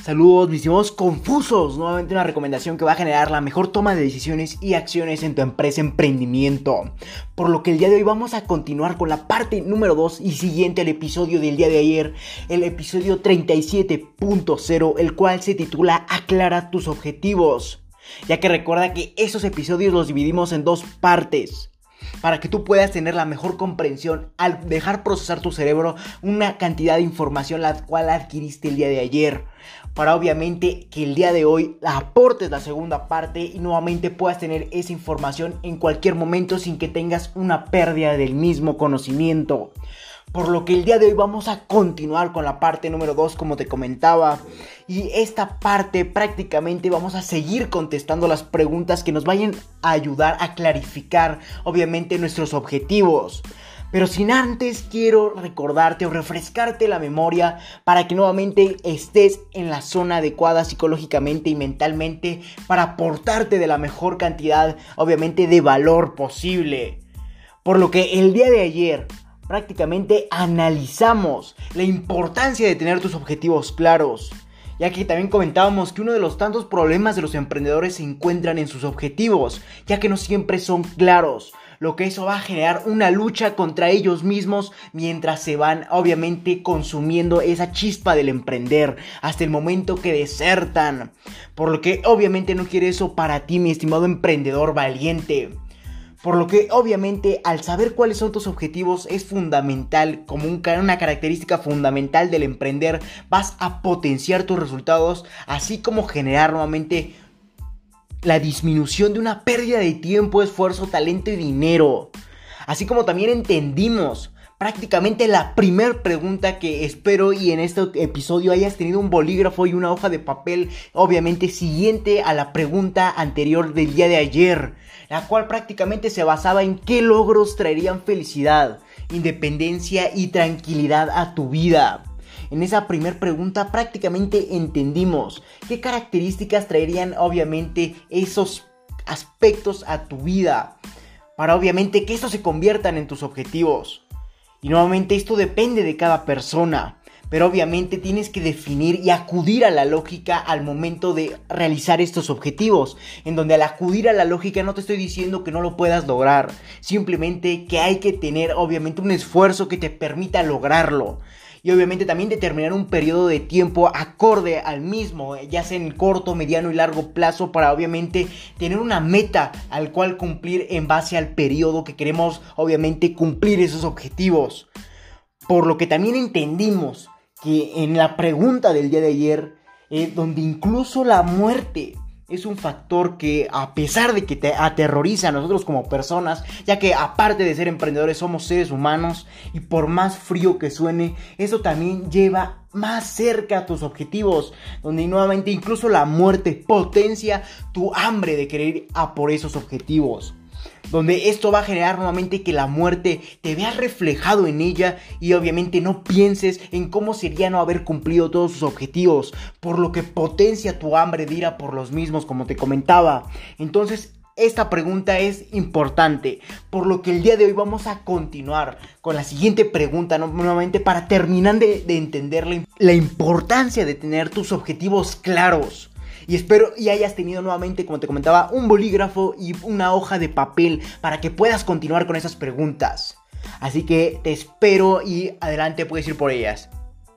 Saludos mis estimados confusos, nuevamente una recomendación que va a generar la mejor toma de decisiones y acciones en tu empresa emprendimiento. Por lo que el día de hoy vamos a continuar con la parte número 2 y siguiente al episodio del día de ayer, el episodio 37.0, el cual se titula Aclara tus objetivos. Ya que recuerda que esos episodios los dividimos en dos partes, para que tú puedas tener la mejor comprensión al dejar procesar tu cerebro una cantidad de información la cual adquiriste el día de ayer, para obviamente que el día de hoy aportes la segunda parte y nuevamente puedas tener esa información en cualquier momento sin que tengas una pérdida del mismo conocimiento. Por lo que el día de hoy vamos a continuar con la parte número 2, como te comentaba. Y esta parte prácticamente vamos a seguir contestando las preguntas que nos vayan a ayudar a clarificar, obviamente, nuestros objetivos. Pero sin antes quiero recordarte o refrescarte la memoria para que nuevamente estés en la zona adecuada psicológicamente y mentalmente para aportarte de la mejor cantidad, obviamente, de valor posible. Por lo que el día de ayer prácticamente analizamos la importancia de tener tus objetivos claros, ya que también comentábamos que uno de los tantos problemas de los emprendedores se encuentran en sus objetivos, ya que no siempre son claros, lo que eso va a generar una lucha contra ellos mismos mientras se van obviamente consumiendo esa chispa del emprender hasta el momento que desertan, por lo que obviamente no quiere eso para ti, mi estimado emprendedor valiente. Por lo que obviamente al saber cuáles son tus objetivos es fundamental, como una característica fundamental del emprender, vas a potenciar tus resultados, así como generar nuevamente la disminución de una pérdida de tiempo, esfuerzo, talento y dinero. Así como también entendimos prácticamente la primer pregunta, que espero y en este episodio hayas tenido un bolígrafo y una hoja de papel, obviamente siguiente a la pregunta anterior del día de ayer, la cual prácticamente se basaba en qué logros traerían felicidad, independencia y tranquilidad a tu vida. En esa primer pregunta prácticamente entendimos qué características traerían obviamente esos aspectos a tu vida, para obviamente que estos se conviertan en tus objetivos. Y nuevamente esto depende de cada persona, pero obviamente tienes que definir y acudir a la lógica al momento de realizar estos objetivos, en donde al acudir a la lógica no te estoy diciendo que no lo puedas lograr, simplemente que hay que tener obviamente un esfuerzo que te permita lograrlo. Y obviamente también determinar un periodo de tiempo acorde al mismo, ya sea en corto, mediano y largo plazo, para obviamente tener una meta al cual cumplir en base al periodo que queremos obviamente cumplir esos objetivos. Por lo que también entendimos que en la pregunta del día de ayer, donde incluso la muerte es un factor que, a pesar de que te aterroriza a nosotros como personas, ya que aparte de ser emprendedores somos seres humanos, y por más frío que suene, eso también lleva más cerca a tus objetivos, donde nuevamente incluso la muerte potencia tu hambre de querer ir a por esos objetivos, donde esto va a generar nuevamente que la muerte te vea reflejado en ella y obviamente no pienses en cómo sería no haber cumplido todos sus objetivos, por lo que potencia tu hambre de ir a por los mismos, como te comentaba. Entonces esta pregunta es importante, por lo que el día de hoy vamos a continuar con la siguiente pregunta, nuevamente para terminar de entender la importancia de tener tus objetivos claros. Y espero y hayas tenido nuevamente, como te comentaba, un bolígrafo y una hoja de papel para que puedas continuar con esas preguntas. Así que te espero y adelante, puedes ir por ellas.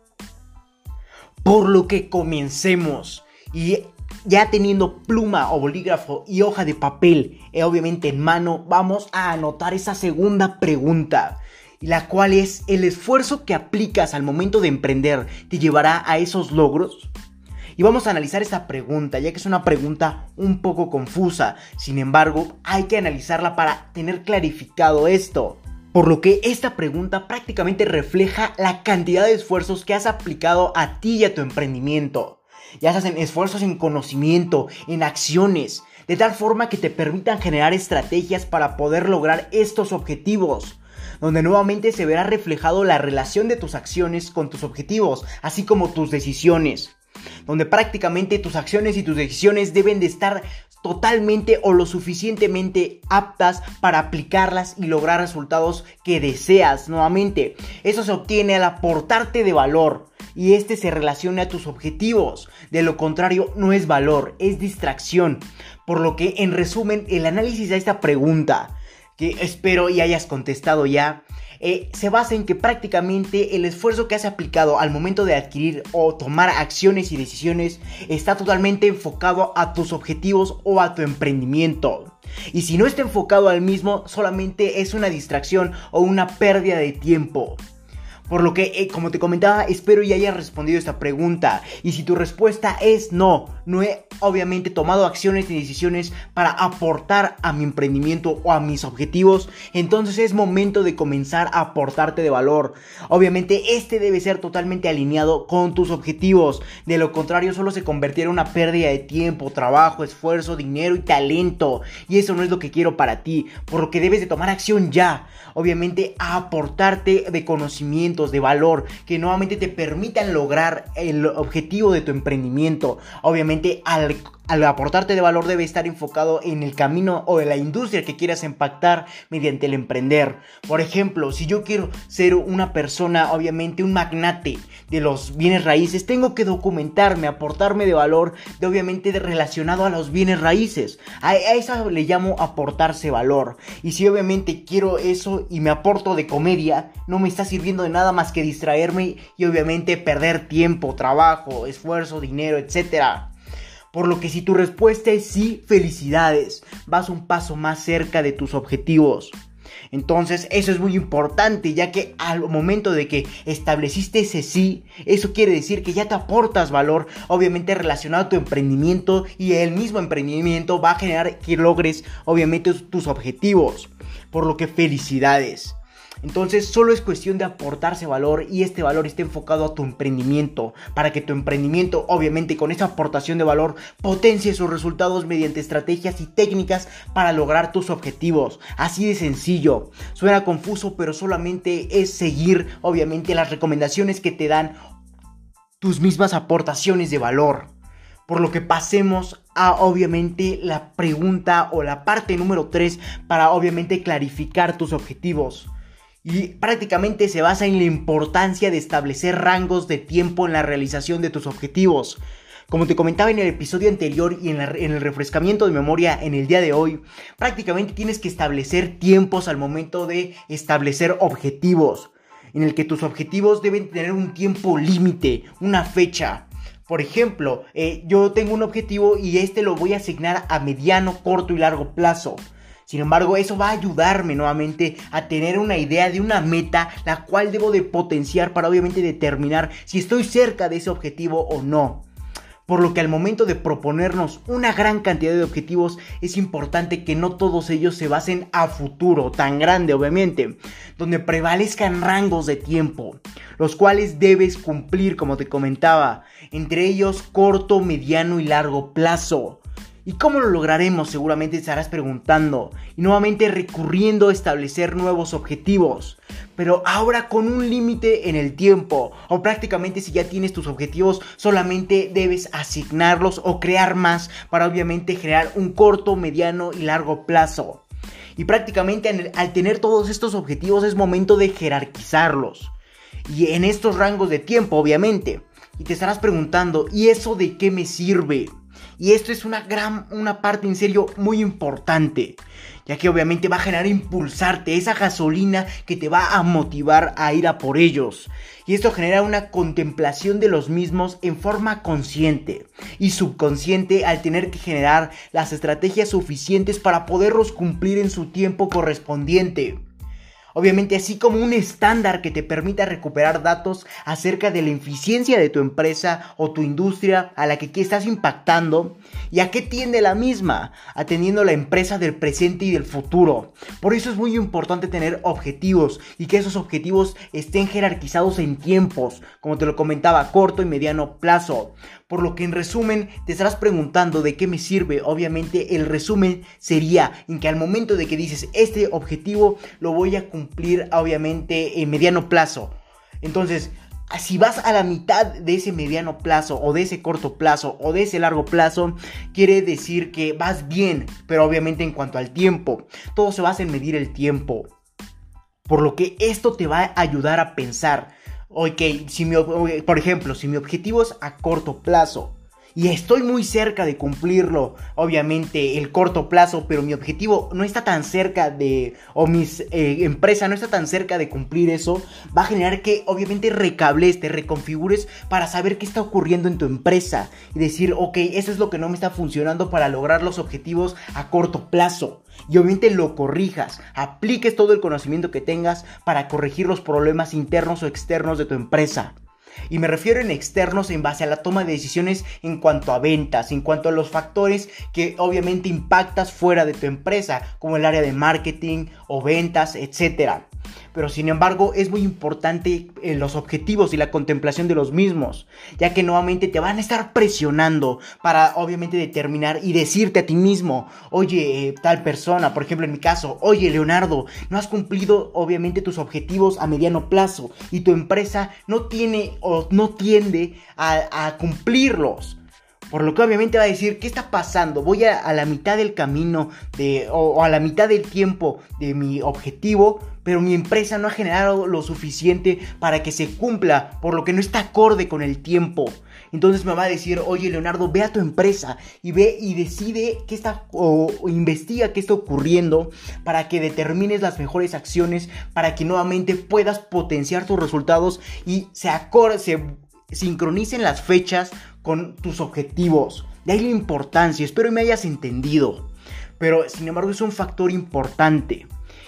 Por lo que comencemos. Y ya teniendo pluma o bolígrafo y hoja de papel, obviamente en mano, vamos a anotar esa segunda pregunta, la cual es: ¿el esfuerzo que aplicas al momento de emprender te llevará a esos logros? Y vamos a analizar esta pregunta, ya que es una pregunta un poco confusa. Sin embargo, hay que analizarla para tener clarificado esto. Por lo que esta pregunta prácticamente refleja la cantidad de esfuerzos que has aplicado a ti y a tu emprendimiento. Ya sean esfuerzos en conocimiento, en acciones, de tal forma que te permitan generar estrategias para poder lograr estos objetivos, donde nuevamente se verá reflejado la relación de tus acciones con tus objetivos, así como tus decisiones, donde prácticamente tus acciones y tus decisiones deben de estar totalmente o lo suficientemente aptas para aplicarlas y lograr resultados que deseas. Nuevamente, eso se obtiene al aportarte de valor y este se relacione a tus objetivos. De lo contrario, no es valor, es distracción. Por lo que, en resumen, el análisis a esta pregunta, que espero y hayas contestado ya, se basa en que prácticamente el esfuerzo que has aplicado al momento de adquirir o tomar acciones y decisiones está totalmente enfocado a tus objetivos o a tu emprendimiento. Y si no está enfocado al mismo, solamente es una distracción o una pérdida de tiempo. Por lo que, como te comentaba, espero y hayas respondido esta pregunta. Y si tu respuesta es no he obviamente tomado acciones y decisiones para aportar a mi emprendimiento o a mis objetivos, entonces es momento de comenzar a aportarte de valor. Obviamente este debe ser totalmente alineado con tus objetivos. De lo contrario, solo se convertirá en una pérdida de tiempo, trabajo, esfuerzo, dinero y talento. Y eso no es lo que quiero para ti. Por lo que debes de tomar acción ya. Obviamente a aportarte de conocimientos, de valor, que nuevamente te permitan lograr el objetivo de tu emprendimiento. Obviamente al aportarte de valor debe estar enfocado en el camino o en la industria que quieras impactar mediante el emprender. Por ejemplo, si yo quiero ser una persona, obviamente un magnate de los bienes raíces, tengo que documentarme, aportarme de valor, obviamente relacionado a los bienes raíces. A eso le llamo aportarse valor. Y si obviamente quiero eso y me aporto de comedia, no me está sirviendo de nada más que distraerme y obviamente perder tiempo, trabajo, esfuerzo, dinero, etcétera. Por lo que si tu respuesta es sí, felicidades, vas un paso más cerca de tus objetivos. Entonces eso es muy importante, ya que al momento de que estableciste ese sí, eso quiere decir que ya te aportas valor, obviamente relacionado a tu emprendimiento, y el mismo emprendimiento va a generar que logres obviamente tus objetivos. Por lo que felicidades. Entonces solo es cuestión de aportarse valor y este valor esté enfocado a tu emprendimiento, para que tu emprendimiento, obviamente con esa aportación de valor, potencie sus resultados mediante estrategias y técnicas para lograr tus objetivos. Así de sencillo. Suena confuso, pero solamente es seguir obviamente las recomendaciones que te dan tus mismas aportaciones de valor. Por lo que pasemos a obviamente la pregunta o la parte número 3 para obviamente clarificar tus objetivos. Y prácticamente se basa en la importancia de establecer rangos de tiempo en la realización de tus objetivos. Como te comentaba en el episodio anterior y en el refrescamiento de memoria en el día de hoy, prácticamente tienes que establecer tiempos al momento de establecer objetivos, en el que tus objetivos deben tener un tiempo límite, una fecha. Por ejemplo, yo tengo un objetivo y este lo voy a asignar a mediano, corto y largo plazo. Sin embargo, eso va a ayudarme nuevamente a tener una idea de una meta, la cual debo de potenciar para obviamente determinar si estoy cerca de ese objetivo o no. Por lo que al momento de proponernos una gran cantidad de objetivos, es importante que no todos ellos se basen a futuro, tan grande obviamente, donde prevalezcan rangos de tiempo, los cuales debes cumplir, como te comentaba, entre ellos corto, mediano y largo plazo. ¿Y cómo lo lograremos? Seguramente te estarás preguntando. Y nuevamente recurriendo a establecer nuevos objetivos. Pero ahora con un límite en el tiempo. O prácticamente si ya tienes tus objetivos, solamente debes asignarlos o crear más para obviamente generar un corto, mediano y largo plazo. Y prácticamente al tener todos estos objetivos es momento de jerarquizarlos. Y en estos rangos de tiempo, obviamente. Y te estarás preguntando, ¿y eso de qué me sirve? Y esto es una parte en serio muy importante, ya que obviamente va a generar impulsarte, esa gasolina que te va a motivar a ir a por ellos. Y esto genera una contemplación de los mismos en forma consciente y subconsciente al tener que generar las estrategias suficientes para poderlos cumplir en su tiempo correspondiente. Obviamente, así como un estándar que te permita recuperar datos acerca de la eficiencia de tu empresa o tu industria a la que estás impactando y a qué tiende la misma, atendiendo la empresa del presente y del futuro. Por eso es muy importante tener objetivos y que esos objetivos estén jerarquizados en tiempos, como te lo comentaba, corto y mediano plazo. Por lo que en resumen te estarás preguntando de qué me sirve. Obviamente el resumen sería en que al momento de que dices este objetivo lo voy a cumplir obviamente en mediano plazo. Entonces Si vas a la mitad de ese mediano plazo o de ese corto plazo o de ese largo plazo, quiere decir que vas bien, pero obviamente en cuanto al tiempo, todo se basa en medir el tiempo. Por lo que esto te va a ayudar a pensar, ok, por ejemplo, si mi objetivo es a corto plazo y estoy muy cerca de cumplirlo, obviamente el corto plazo, pero mi objetivo no está tan cerca o mi empresa no está tan cerca de cumplir eso, va a generar que obviamente recables, te reconfigures para saber qué está ocurriendo en tu empresa y decir, ok, eso es lo que no me está funcionando para lograr los objetivos a corto plazo. Y obviamente lo corrijas, apliques todo el conocimiento que tengas para corregir los problemas internos o externos de tu empresa. Y me refiero en externos en base a la toma de decisiones en cuanto a ventas, en cuanto a los factores que obviamente impactas fuera de tu empresa, como el área de marketing o ventas, etc. Pero sin embargo es muy importante los objetivos y la contemplación de los mismos, ya que nuevamente te van a estar presionando para obviamente determinar y decirte a ti mismo, oye, tal persona, por ejemplo en mi caso, oye Leonardo, no has cumplido obviamente tus objetivos a mediano plazo y tu empresa no tiene o no tiende a cumplirlos. Por lo que obviamente va a decir, ¿qué está pasando? Voy a la mitad del camino o a la mitad del tiempo de mi objetivo, pero mi empresa no ha generado lo suficiente para que se cumpla, por lo que no está acorde con el tiempo. Entonces me va a decir, oye Leonardo, ve a tu empresa y ve y decide qué está o investiga qué está ocurriendo para que determines las mejores acciones para que nuevamente puedas potenciar tus resultados y se sincronicen las fechas con tus objetivos. De ahí la importancia, espero me hayas entendido. Pero sin embargo es un factor importante.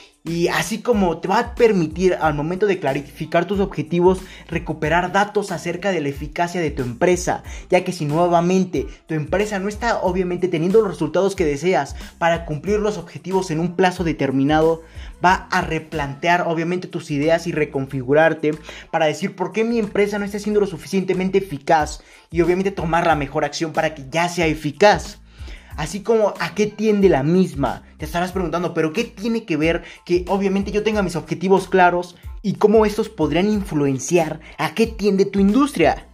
Y así como te va a permitir al momento de clarificar tus objetivos recuperar datos acerca de la eficacia de tu empresa, ya que si nuevamente tu empresa no está obviamente teniendo los resultados que deseas para cumplir los objetivos en un plazo determinado, va a replantear obviamente tus ideas y reconfigurarte para decir por qué mi empresa no está siendo lo suficientemente eficaz y obviamente tomar la mejor acción para que ya sea eficaz. Así como a qué tiende la misma. Te estarás preguntando, ¿pero qué tiene que ver que obviamente yo tenga mis objetivos claros y cómo estos podrían influenciar a qué tiende tu industria?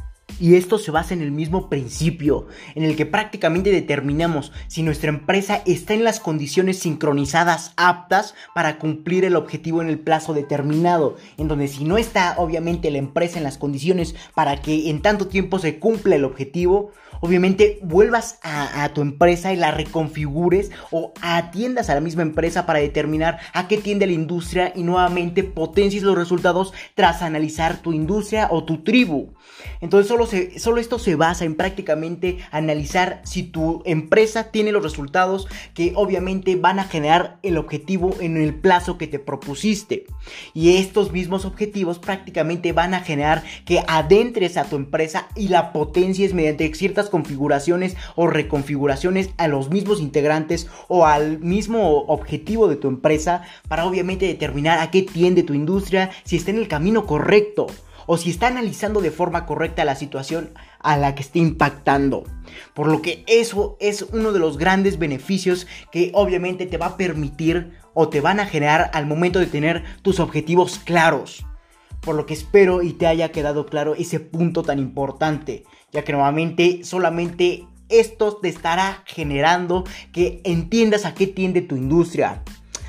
Y esto se basa en el mismo principio, en el que prácticamente determinamos si nuestra empresa está en las condiciones sincronizadas aptas para cumplir el objetivo en el plazo determinado, en donde si no está obviamente la empresa en las condiciones para que en tanto tiempo se cumpla el objetivo, obviamente vuelvas a tu empresa y la reconfigures o atiendas a la misma empresa para determinar a qué tiende la industria y nuevamente potencies los resultados tras analizar tu industria o tu tribu. Entonces solo esto se basa en prácticamente analizar si tu empresa tiene los resultados que obviamente van a generar el objetivo en el plazo que te propusiste. Y estos mismos objetivos prácticamente van a generar que adentres a tu empresa y la potencies mediante ciertas configuraciones o reconfiguraciones a los mismos integrantes o al mismo objetivo de tu empresa para obviamente determinar a qué tiende tu industria, si está en el camino correcto o si está analizando de forma correcta la situación a la que esté impactando. Por lo que eso es uno de los grandes beneficios que obviamente te va a permitir o te van a generar al momento de tener tus objetivos claros. Por lo que espero y te haya quedado claro ese punto tan importante, ya que nuevamente solamente esto te estará generando que entiendas a qué tiende tu industria,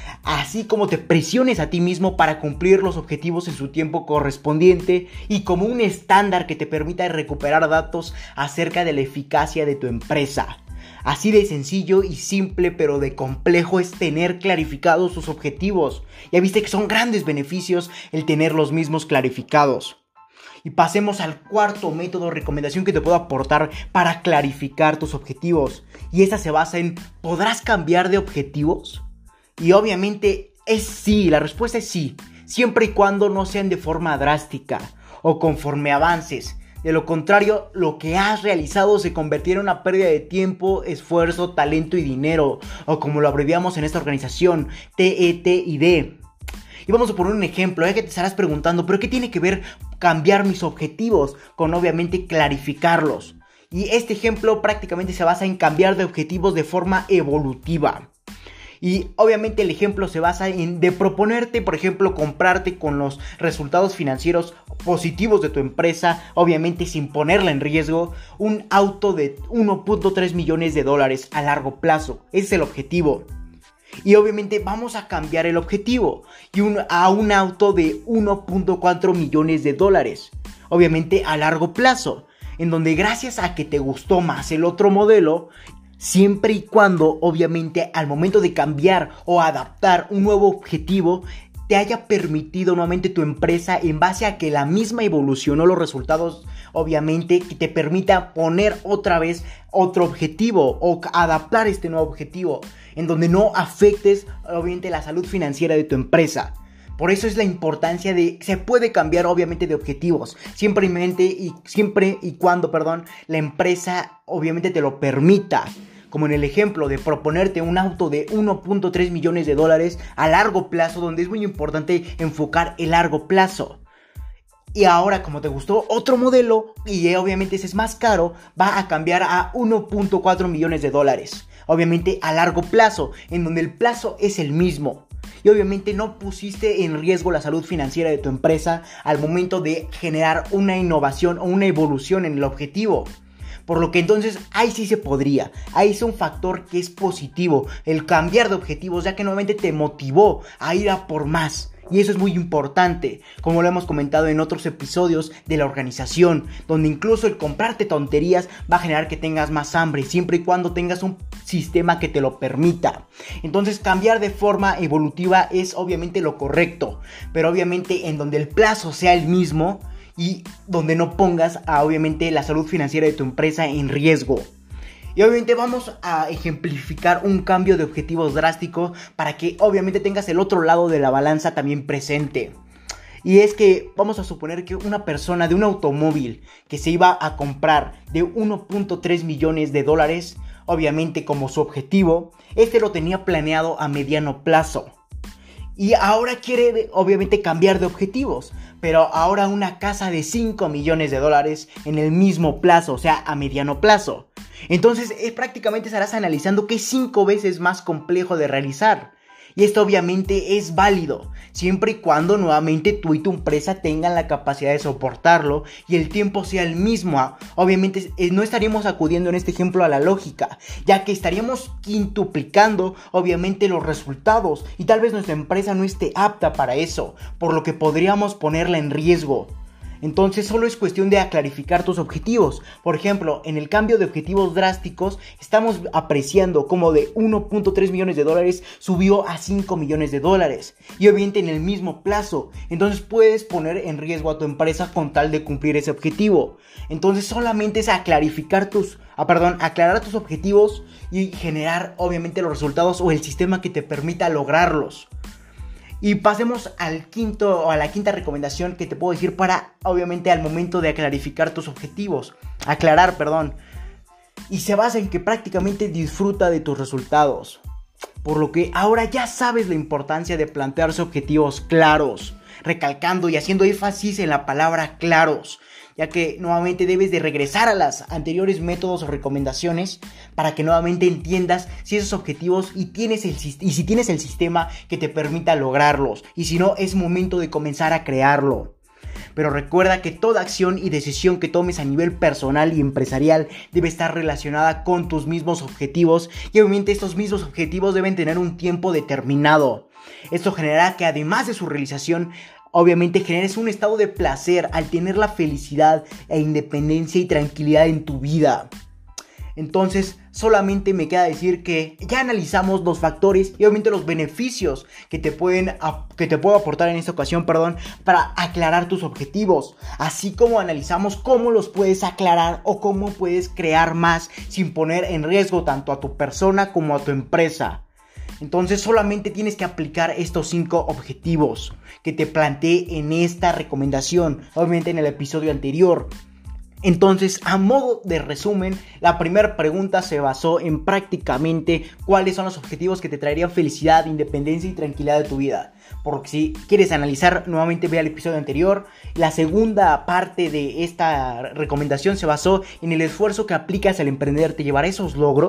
así como te presiones a ti mismo para cumplir los objetivos en su tiempo correspondiente y como un estándar que te permita recuperar datos acerca de la eficacia de tu empresa. Así de sencillo y simple, pero de complejo es tener clarificados sus objetivos. Ya viste que son grandes beneficios el tener los mismos clarificados. Y pasemos al cuarto método o recomendación que te puedo aportar para clarificar tus objetivos. Y esta se basa en, ¿podrás cambiar de objetivos? Y obviamente es sí, la respuesta es sí, siempre y cuando no sean de forma drástica o conforme avances. De lo contrario, lo que has realizado se convertirá en una pérdida de tiempo, esfuerzo, talento y dinero, o como lo abreviamos en esta organización, TETID. Y vamos a poner un ejemplo, que te estarás preguntando, ¿pero qué tiene que ver cambiar mis objetivos con obviamente clarificarlos? Y este ejemplo prácticamente se basa en cambiar de objetivos de forma evolutiva. Y obviamente el ejemplo se basa en de proponerte, por ejemplo, comprarte con los resultados financieros positivos de tu empresa, obviamente sin ponerla en riesgo, un auto de 1.3 millones de dólares a largo plazo. Ese es el objetivo. Y obviamente vamos a cambiar el objetivo a un auto de 1.4 millones de dólares. Obviamente a largo plazo. En donde gracias a que te gustó más el otro modelo, siempre y cuando, obviamente, al momento de cambiar o adaptar un nuevo objetivo, te haya permitido nuevamente tu empresa, en base a que la misma evolucionó los resultados, obviamente, que te permita poner otra vez otro objetivo o adaptar este nuevo objetivo, en donde no afectes, obviamente, la salud financiera de tu empresa. Por eso es la importancia de, se puede cambiar obviamente de objetivos, siempre y cuando la empresa obviamente te lo permita. Como en el ejemplo de proponerte un auto de 1.3 millones de dólares a largo plazo, donde es muy importante enfocar el largo plazo. Y ahora, como te gustó otro modelo, y obviamente ese es más caro, va a cambiar a 1.4 millones de dólares. Obviamente a largo plazo, en donde el plazo es el mismo. Y obviamente no pusiste en riesgo la salud financiera de tu empresa al momento de generar una innovación o una evolución en el objetivo. Por lo que entonces ahí sí se podría, ahí es un factor que es positivo, el cambiar de objetivos, ya que nuevamente te motivó a ir a por más. Y eso es muy importante, como lo hemos comentado en otros episodios de la organización, donde incluso el comprarte tonterías va a generar que tengas más hambre, siempre y cuando tengas un sistema que te lo permita. Entonces cambiar de forma evolutiva es obviamente lo correcto, pero obviamente en donde el plazo sea el mismo y donde no pongas obviamente la salud financiera de tu empresa en riesgo. Y obviamente vamos a ejemplificar un cambio de objetivos drástico para que obviamente tengas el otro lado de la balanza también presente. Y es que vamos a suponer que una persona de un automóvil que se iba a comprar de 1.3 millones de dólares, obviamente como su objetivo, lo tenía planeado a mediano plazo. Y ahora quiere obviamente cambiar de objetivos, pero ahora una casa de 5 millones de dólares en el mismo plazo, o sea, a mediano plazo. Entonces prácticamente estarás analizando que es 5 veces más complejo de realizar. Y esto obviamente es válido, siempre y cuando nuevamente tú y tu empresa tengan la capacidad de soportarlo y el tiempo sea el mismo. Obviamente no estaríamos acudiendo en este ejemplo a la lógica, ya que estaríamos quintuplicando obviamente los resultados y tal vez nuestra empresa no esté apta para eso, por lo que podríamos ponerla en riesgo. Entonces solo es cuestión de clarificar tus objetivos. Por ejemplo, en el cambio de objetivos drásticos estamos apreciando como de 1.3 millones de dólares subió a 5 millones de dólares. Y obviamente en el mismo plazo. Entonces puedes poner en riesgo a tu empresa con tal de cumplir ese objetivo. Entonces solamente es aclarar tus objetivos y generar obviamente los resultados o el sistema que te permita lograrlos. Y pasemos a la quinta recomendación que te puedo decir para, obviamente, al momento de clarificar tus objetivos. Y se basa en que prácticamente disfruta de tus resultados. Por lo que ahora ya sabes la importancia de plantearse objetivos claros. Recalcando y haciendo énfasis en la palabra claros, ya que nuevamente debes de regresar a las anteriores métodos o recomendaciones para que nuevamente entiendas si esos objetivos y si tienes el sistema que te permita lograrlos, y si no, es momento de comenzar a crearlo. Pero recuerda que toda acción y decisión que tomes a nivel personal y empresarial debe estar relacionada con tus mismos objetivos, y obviamente estos mismos objetivos deben tener un tiempo determinado. Esto generará que además de su realización, obviamente generes un estado de placer al tener la felicidad e independencia y tranquilidad en tu vida. Entonces solamente me queda decir que ya analizamos los factores y obviamente los beneficios que te puedo aportar en esta ocasión, para aclarar tus objetivos, así como analizamos cómo los puedes aclarar o cómo puedes crear más sin poner en riesgo tanto a tu persona como a tu empresa. Entonces solamente tienes que aplicar estos 5 objetivos que te planteé en esta recomendación, obviamente en el episodio anterior. Entonces, a modo de resumen, la primera pregunta se basó en prácticamente cuáles son los objetivos que te traerían felicidad, independencia y tranquilidad de tu vida. Porque si quieres analizar, nuevamente ve al episodio anterior. La segunda parte de esta recomendación se basó en el esfuerzo que aplicas al emprender te llevará a esos logros.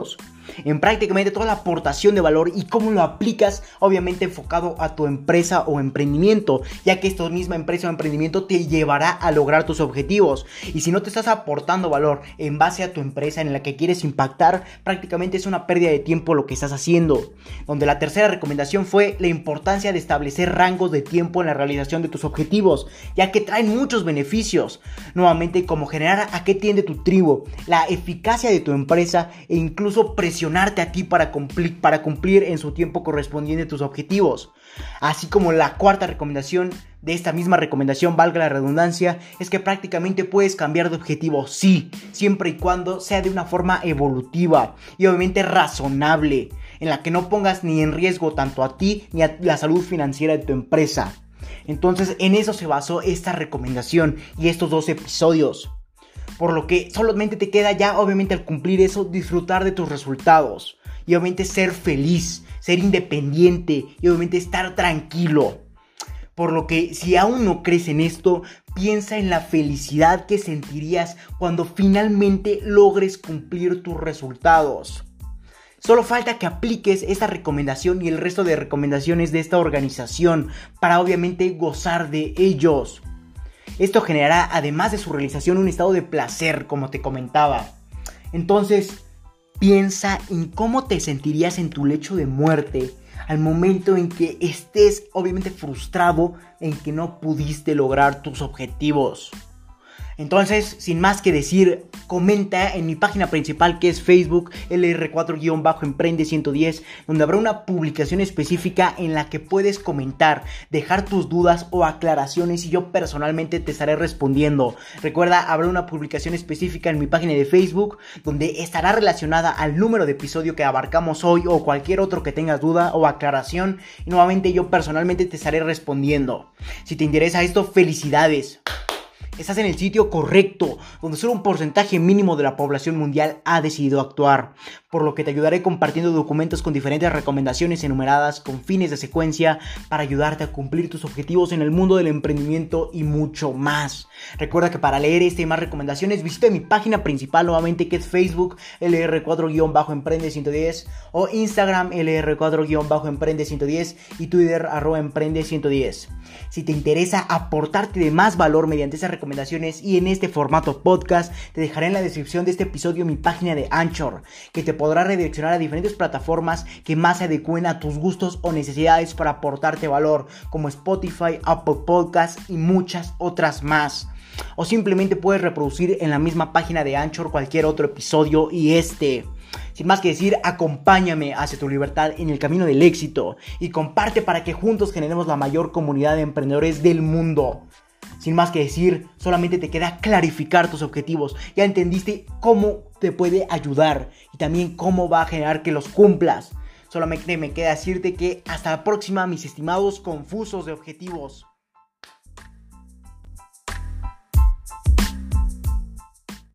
en prácticamente toda la aportación de valor y cómo lo aplicas, obviamente enfocado a tu empresa o emprendimiento, ya que esta misma empresa o emprendimiento te llevará a lograr tus objetivos. Y si no te estás aportando valor en base a tu empresa en la que quieres impactar, prácticamente es una pérdida de tiempo lo que estás haciendo. Donde la tercera recomendación fue la importancia de establecer rangos de tiempo en la realización de tus objetivos, ya que traen muchos beneficios. Nuevamente, como generar a qué tiende tu tribu, la eficacia de tu empresa e incluso presionarte a ti para cumplir en su tiempo correspondiente tus objetivos. Así como la cuarta recomendación de esta misma recomendación, valga la redundancia, es que prácticamente puedes cambiar de objetivo, sí, siempre y cuando sea de una forma evolutiva y obviamente razonable, en la que no pongas ni en riesgo tanto a ti ni a la salud financiera de tu empresa. Entonces, en eso se basó esta recomendación y estos 2 episodios. Por lo que solamente te queda ya, obviamente, al cumplir eso, disfrutar de tus resultados. Y obviamente ser feliz, ser independiente y obviamente estar tranquilo. Por lo que si aún no crees en esto, piensa en la felicidad que sentirías cuando finalmente logres cumplir tus resultados. Solo falta que apliques esta recomendación y el resto de recomendaciones de esta organización para obviamente gozar de ellos. Esto generará, además de su realización, un estado de placer, como te comentaba. Entonces, piensa en cómo te sentirías en tu lecho de muerte al momento en que estés obviamente frustrado en que no pudiste lograr tus objetivos. Entonces, sin más que decir, comenta en mi página principal, que es Facebook, LR4-Emprende110, donde habrá una publicación específica en la que puedes comentar, dejar tus dudas o aclaraciones y yo personalmente te estaré respondiendo. Recuerda, habrá una publicación específica en mi página de Facebook donde estará relacionada al número de episodio que abarcamos hoy o cualquier otro que tengas duda o aclaración, y nuevamente yo personalmente te estaré respondiendo. Si te interesa esto, felicidades. Estás en el sitio correcto, donde solo un porcentaje mínimo de la población mundial ha decidido actuar, por lo que te ayudaré compartiendo documentos con diferentes recomendaciones enumeradas con fines de secuencia para ayudarte a cumplir tus objetivos en el mundo del emprendimiento y mucho más. Recuerda que para leer esta y más recomendaciones visita mi página principal nuevamente, que es Facebook, LR4-Emprende110 o Instagram, LR4-Emprende110 y Twitter, @Emprende110. Si te interesa aportarte de más valor mediante esas recomendaciones y en este formato podcast, te dejaré en la descripción de este episodio mi página de Anchor, que te podrá redireccionar a diferentes plataformas que más se adecúen a tus gustos o necesidades para aportarte valor, como Spotify, Apple Podcasts y muchas otras más. O simplemente puedes reproducir en la misma página de Anchor cualquier otro episodio y Sin más que decir, acompáñame hacia tu libertad en el camino del éxito y comparte para que juntos generemos la mayor comunidad de emprendedores del mundo. Sin más que decir, solamente te queda clarificar tus objetivos. Ya entendiste cómo te puede ayudar y también cómo va a generar que los cumplas. Solamente me queda decirte que hasta la próxima, mis estimados confusos de objetivos.